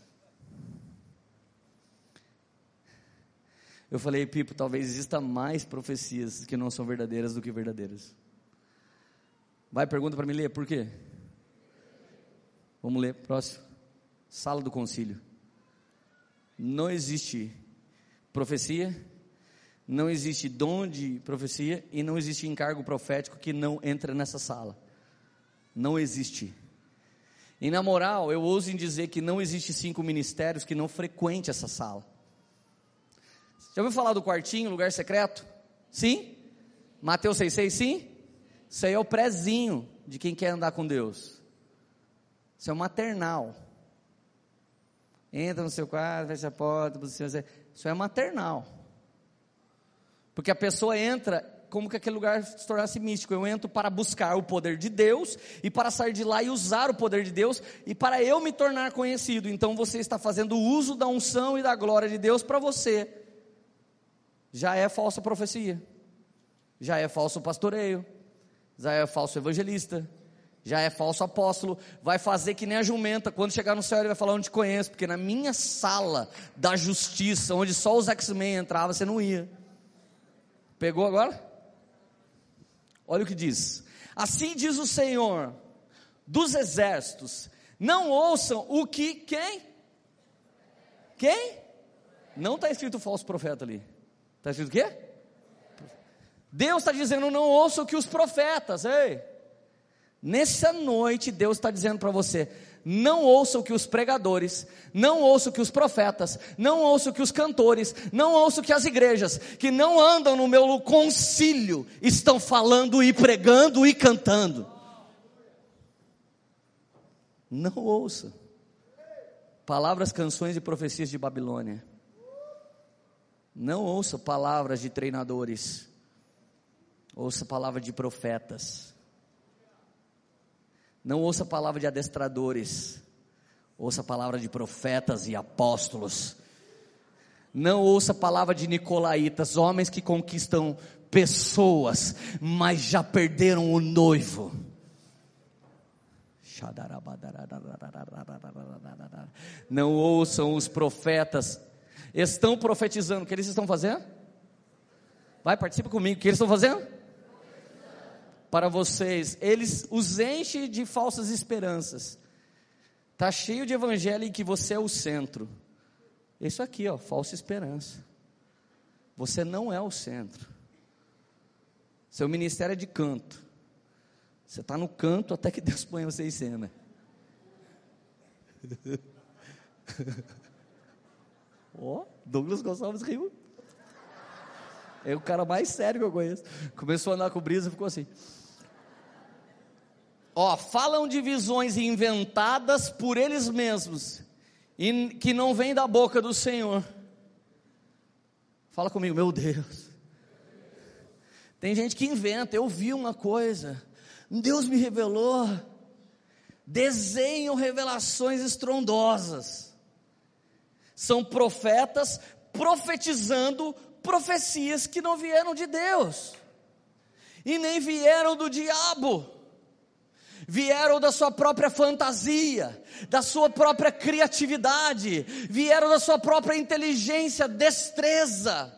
Eu falei, Pipo, talvez exista mais profecias que não são verdadeiras do que verdadeiras. Vai, pergunta para mim, Lê, por quê? Vamos ler, próximo. Sala do concílio. Não existe profecia, não existe dom de profecia e não existe encargo profético que não entra nessa sala. Não existe. E na moral, eu ouso em dizer que não existe cinco ministérios que não frequente essa sala. Já ouviu falar do quartinho, lugar secreto? Sim? Mateus seis seis, sim? Isso aí é o prezinho de quem quer andar com Deus. Isso é o maternal. Entra no seu quarto, fecha a porta, isso é maternal. Porque a pessoa entra como que aquele lugar se tornasse místico. Eu entro para buscar o poder de Deus e para sair de lá e usar o poder de Deus e para eu me tornar conhecido. Então você está fazendo uso da unção e da glória de Deus para você. Já é falsa profecia, já é falso pastoreio, já é falso evangelista, já é falso apóstolo. Vai fazer que nem a jumenta, quando chegar no céu ele vai falar, eu não te conheço, porque na minha sala da justiça, onde só os X-Men entravam, você não ia. Pegou agora? Olha o que diz, assim diz o Senhor dos exércitos, não ouçam o que, quem? Quem? Não está escrito falso profeta ali. Está escrito o quê? Deus está dizendo, não ouça o que os profetas, ei, nessa noite Deus está dizendo para você, não ouça o que os pregadores, não ouça o que os profetas, não ouça o que os cantores, não ouça o que as igrejas, que não andam no meu concílio, estão falando e pregando e cantando. Não ouça. Palavras, canções e profecias de Babilônia. Não ouça palavras de treinadores, ouça palavra de profetas. Não ouça palavra de adestradores, ouça palavra de profetas e apóstolos. Não ouça palavra de nicolaítas, homens que conquistam pessoas, mas já perderam o noivo. Não ouçam os profetas. Estão profetizando, o que eles estão fazendo? Vai, participa comigo, o que eles estão fazendo? para vocês, eles os enchem de falsas esperanças. Está cheio de evangelho em que você é o centro. Isso aqui, ó, falsa esperança. Você não é o centro. Seu ministério é de canto. Você está no canto até que Deus põe você em cena. Ó, oh, Douglas Gonçalves riu. É o cara mais sério que eu conheço. Começou a andar com brisa e ficou assim. Ó, falam de visões inventadas por eles mesmos, e que não vêm da boca do Senhor. Fala comigo, meu Deus. Tem gente que inventa. Eu vi uma coisa, Deus me revelou. Desenham revelações estrondosas. São profetas profetizando profecias que não vieram de Deus, e nem vieram do diabo. Vieram da sua própria fantasia, da sua própria criatividade, vieram da sua própria inteligência, destreza.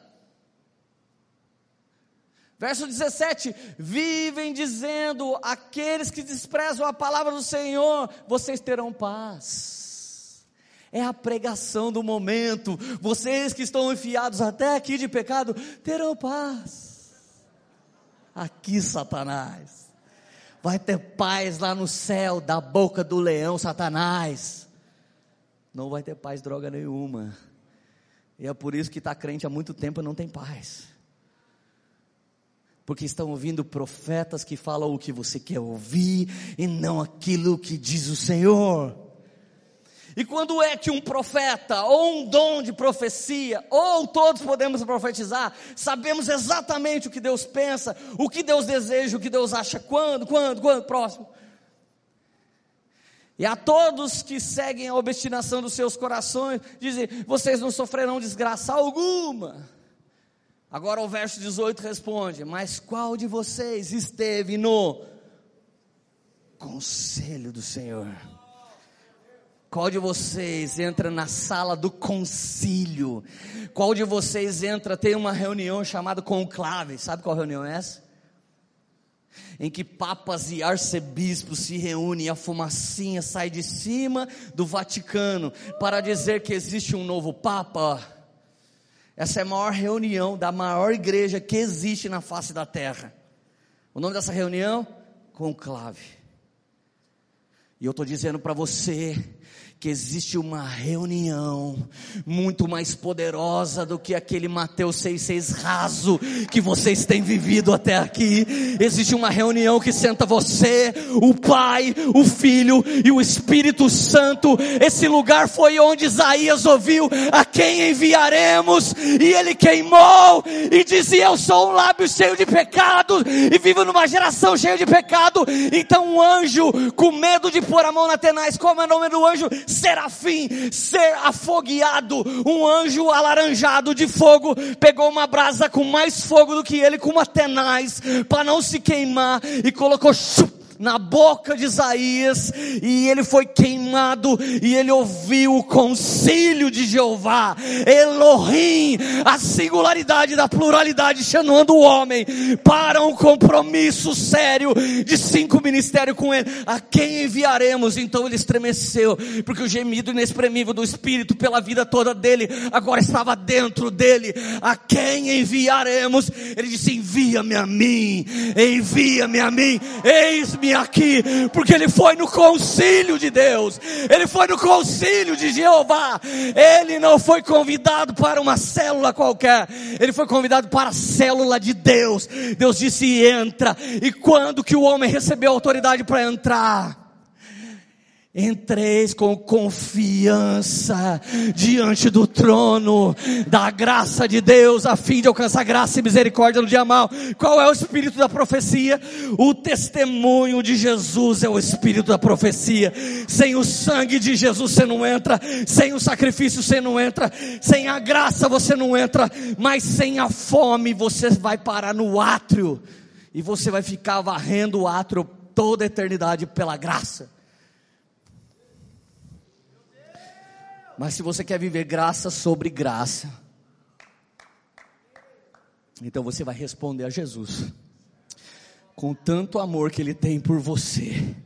Verso dezessete, vivem dizendo, aqueles que desprezam a palavra do Senhor, vocês terão paz. É a pregação do momento. Vocês que estão enfiados até aqui de pecado, terão paz. Aqui, Satanás. Vai ter paz lá no céu, da boca do leão, Satanás. Não vai ter paz droga nenhuma. E é por isso que está crente há muito tempo e não tem paz. Porque estão ouvindo profetas que falam o que você quer ouvir e não aquilo que diz o Senhor. E quando é que um profeta, ou um dom de profecia, ou todos podemos profetizar, sabemos exatamente o que Deus pensa, o que Deus deseja, o que Deus acha, quando, quando, quando, próximo. E a todos que seguem a obstinação dos seus corações, dizem, vocês não sofrerão desgraça alguma. Agora o verso dezoito responde, mas qual de vocês esteve no conselho do Senhor? Qual de vocês entra na sala do concílio? Qual de vocês entra, tem uma reunião chamada conclave? Sabe qual reunião é essa? Em que papas e arcebispos se reúnem e a fumacinha sai de cima do Vaticano para dizer que existe um novo papa. Essa é a maior reunião da maior igreja que existe na face da terra. O nome dessa reunião? Conclave. E eu estou dizendo para você que existe uma reunião muito mais poderosa do que aquele Mateus seis seis raso que vocês têm vivido até aqui. Existe uma reunião que senta você, o Pai, o Filho e o Espírito Santo. Esse lugar foi onde Isaías ouviu, a quem enviaremos? E ele queimou e dizia, eu sou um lábio cheio de pecado e vivo numa geração cheia de pecado. Então um anjo, com medo de pôr a mão na tenaz, como é o nome do anjo? Serafim, ser afogueado, um anjo alaranjado de fogo, pegou uma brasa com mais fogo do que ele, com uma tenaz, para não se queimar, e colocou chup, na boca de Isaías, e ele foi queimado, e ele ouviu o concílio de Jeová, Elohim, a singularidade da pluralidade, chamando o homem para um compromisso sério, de cinco ministérios com ele. A quem enviaremos? Então ele estremeceu, porque o gemido inexprimível do Espírito pela vida toda dele, agora estava dentro dele. A quem enviaremos? Ele disse, envia-me a mim, envia-me a mim, eis-me aqui, porque ele foi no concílio de Deus, ele foi no concílio de Jeová. Ele não foi convidado para uma célula qualquer, ele foi convidado para a célula de Deus. Deus disse, entra. E quando que o homem recebeu autoridade para entrar? Entreis com confiança diante do trono da graça de Deus, a fim de alcançar graça e misericórdia no dia mau. Qual é o espírito da profecia? O testemunho de Jesus é o espírito da profecia. Sem o sangue de Jesus você não entra, sem o sacrifício você não entra, sem a graça você não entra, mas sem a fome você vai parar no átrio, e você vai ficar varrendo o átrio toda a eternidade pela graça. Mas se você quer viver graça sobre graça, então você vai responder a Jesus com tanto amor que Ele tem por você.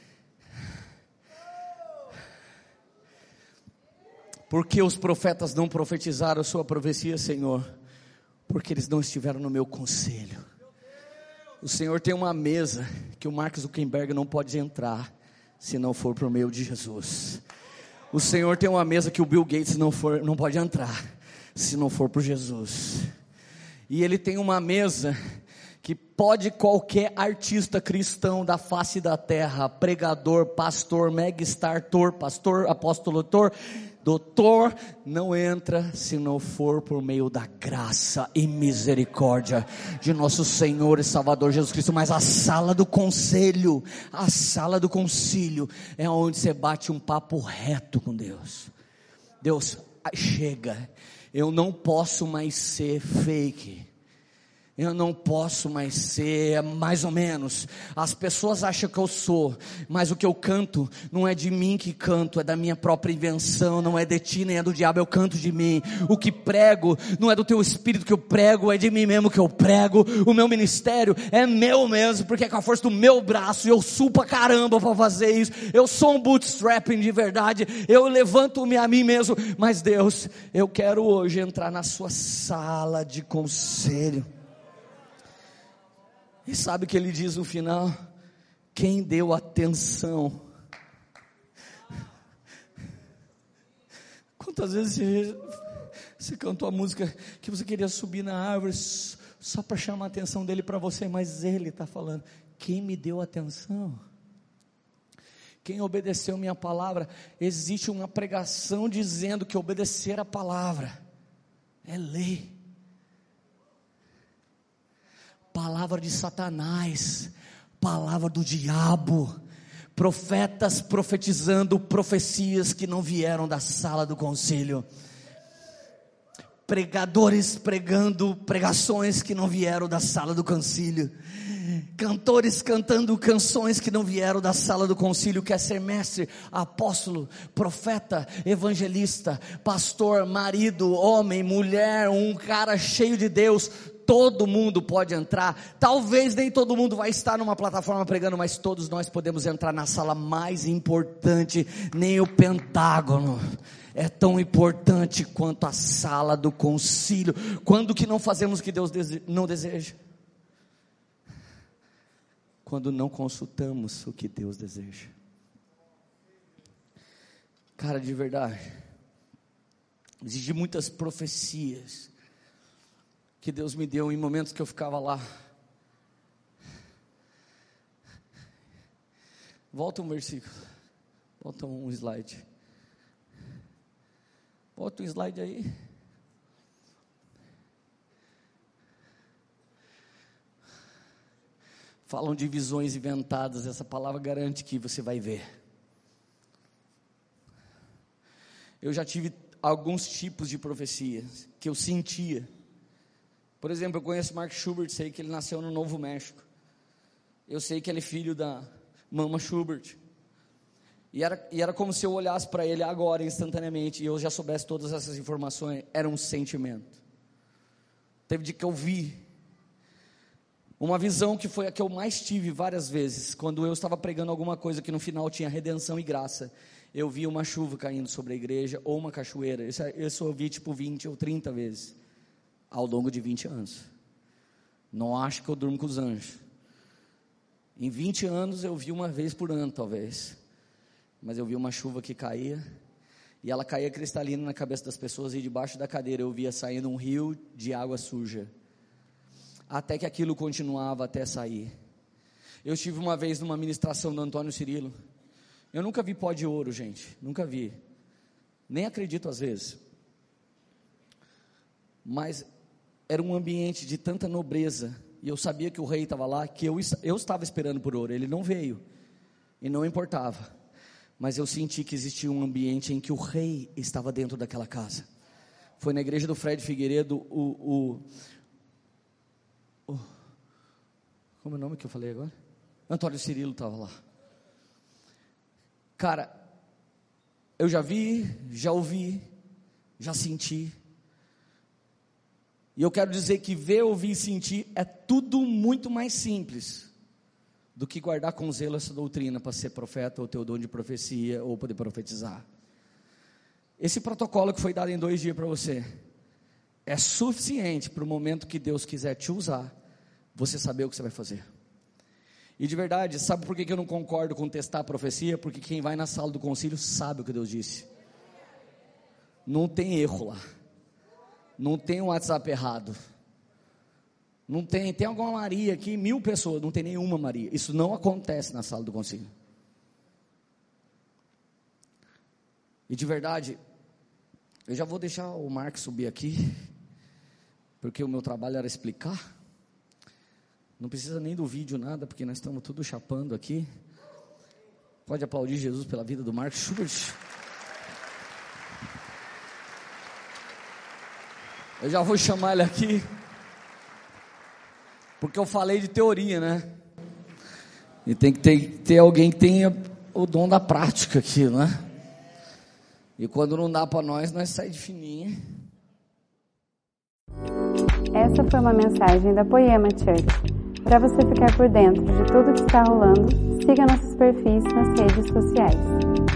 Por que os profetas não profetizaram sua profecia, Senhor? Porque eles não estiveram no meu conselho. O Senhor tem uma mesa que o Mark Zuckerberg não pode entrar se não for por meio de Jesus. O Senhor tem uma mesa que o Bill Gates não, for, não pode entrar se não for por Jesus. E Ele tem uma mesa que pode qualquer artista cristão da face da terra, pregador, pastor, megastar, tor, pastor, apóstolo, tor, doutor, não entra se não for por meio da graça e misericórdia de nosso Senhor e Salvador Jesus Cristo. Mas a sala do conselho, a sala do concílio é onde você bate um papo reto com Deus. Deus, chega, eu não posso mais ser fake. Eu não posso mais ser mais ou menos. As pessoas acham que eu sou, mas o que eu canto não é de mim que canto, é da minha própria invenção, não é de ti nem é do diabo, eu canto de mim. O que prego não é do teu espírito que eu prego, é de mim mesmo que eu prego. O meu ministério é meu mesmo, porque é com a força do meu braço, eu suo pra caramba para fazer isso. Eu sou um bootstrapping de verdade, eu levanto-me a mim mesmo. Mas Deus, eu quero hoje entrar na sua sala de conselho. E sabe o que Ele diz no final? Quem deu atenção? Quantas vezes você, você cantou a música que você queria subir na árvore só para chamar a atenção dele para você, mas Ele está falando, quem me deu atenção? Quem obedeceu minha palavra? Existe uma pregação dizendo que obedecer a palavra é lei. Palavra de Satanás, palavra do diabo, profetas profetizando profecias que não vieram da sala do concílio, pregadores pregando pregações que não vieram da sala do concílio, cantores cantando canções que não vieram da sala do concílio. Quer ser mestre, apóstolo, profeta, evangelista, pastor, marido, homem, mulher, um cara cheio de Deus, todo mundo pode entrar. Talvez nem todo mundo vai estar numa plataforma pregando, mas todos nós podemos entrar na sala mais importante. Nem o Pentágono é tão importante quanto a sala do concílio. Quando que não fazemos o que Deus não deseja? Quando não consultamos o que Deus deseja. Cara, de verdade, existem muitas profecias que Deus me deu em momentos que eu ficava lá. Volta um versículo, volta um slide, volta um slide aí. Falam de visões inventadas, essa palavra garante que você vai ver. Eu já tive alguns tipos de profecias que eu sentia. Por exemplo, eu conheço Mark Schubert, sei que ele nasceu no Novo México. Eu sei que ele é filho da Mama Schubert. E era, e era como se eu olhasse para ele agora, instantaneamente, e eu já soubesse todas essas informações. Era um sentimento. Teve dia que eu vi uma visão que foi a que eu mais tive várias vezes, quando eu estava pregando alguma coisa que no final tinha redenção e graça. Eu vi uma chuva caindo sobre a igreja, ou uma cachoeira. Isso, isso eu vi tipo vinte ou trinta vezes, ao longo de vinte anos. Não acho que eu durmo com os anjos. Em vinte anos eu vi uma vez por ano talvez, mas eu vi uma chuva que caía, e ela caía cristalina na cabeça das pessoas, e debaixo da cadeira eu via saindo um rio de água suja, até que aquilo continuava até sair. Eu estive uma vez numa ministração do Antônio Cirilo. Eu nunca vi pó de ouro, gente, nunca vi, nem acredito às vezes, mas era um ambiente de tanta nobreza, e eu sabia que o rei estava lá, que eu, eu estava esperando por ouro. Ele não veio, e não importava, mas eu senti que existia um ambiente em que o rei estava dentro daquela casa. Foi na igreja do Fred Figueiredo, o, o, o como é o nome que eu falei agora? Antônio Cirilo estava lá. Cara, eu já vi, já ouvi, já senti. E eu quero dizer que ver, ouvir e sentir é tudo muito mais simples do que guardar com zelo essa doutrina para ser profeta ou ter o dom de profecia ou poder profetizar. Esse protocolo que foi dado em dois dias para você é suficiente para o momento que Deus quiser te usar, você saber o que você vai fazer. E de verdade, sabe por que eu não concordo com testar a profecia? Porque quem vai na sala do concílio sabe o que Deus disse. Não tem erro lá. Não tem um WhatsApp errado. Não tem, tem alguma Maria aqui, mil pessoas, não tem nenhuma Maria. Isso não acontece na sala do concílio. E de verdade, eu já vou deixar o Marcos subir aqui, porque o meu trabalho era explicar. Não precisa nem do vídeo, nada, porque nós estamos tudo chapando aqui. Pode aplaudir Jesus pela vida do Marcos Schubert. Eu já vou chamar ele aqui, porque eu falei de teoria, né? E tem que ter, ter alguém que tenha o dom da prática aqui, né? E quando não dá para nós, nós saímos de fininha. Essa foi uma mensagem da Poema Church. Para você ficar por dentro de tudo que está rolando, siga nossos perfis nas redes sociais.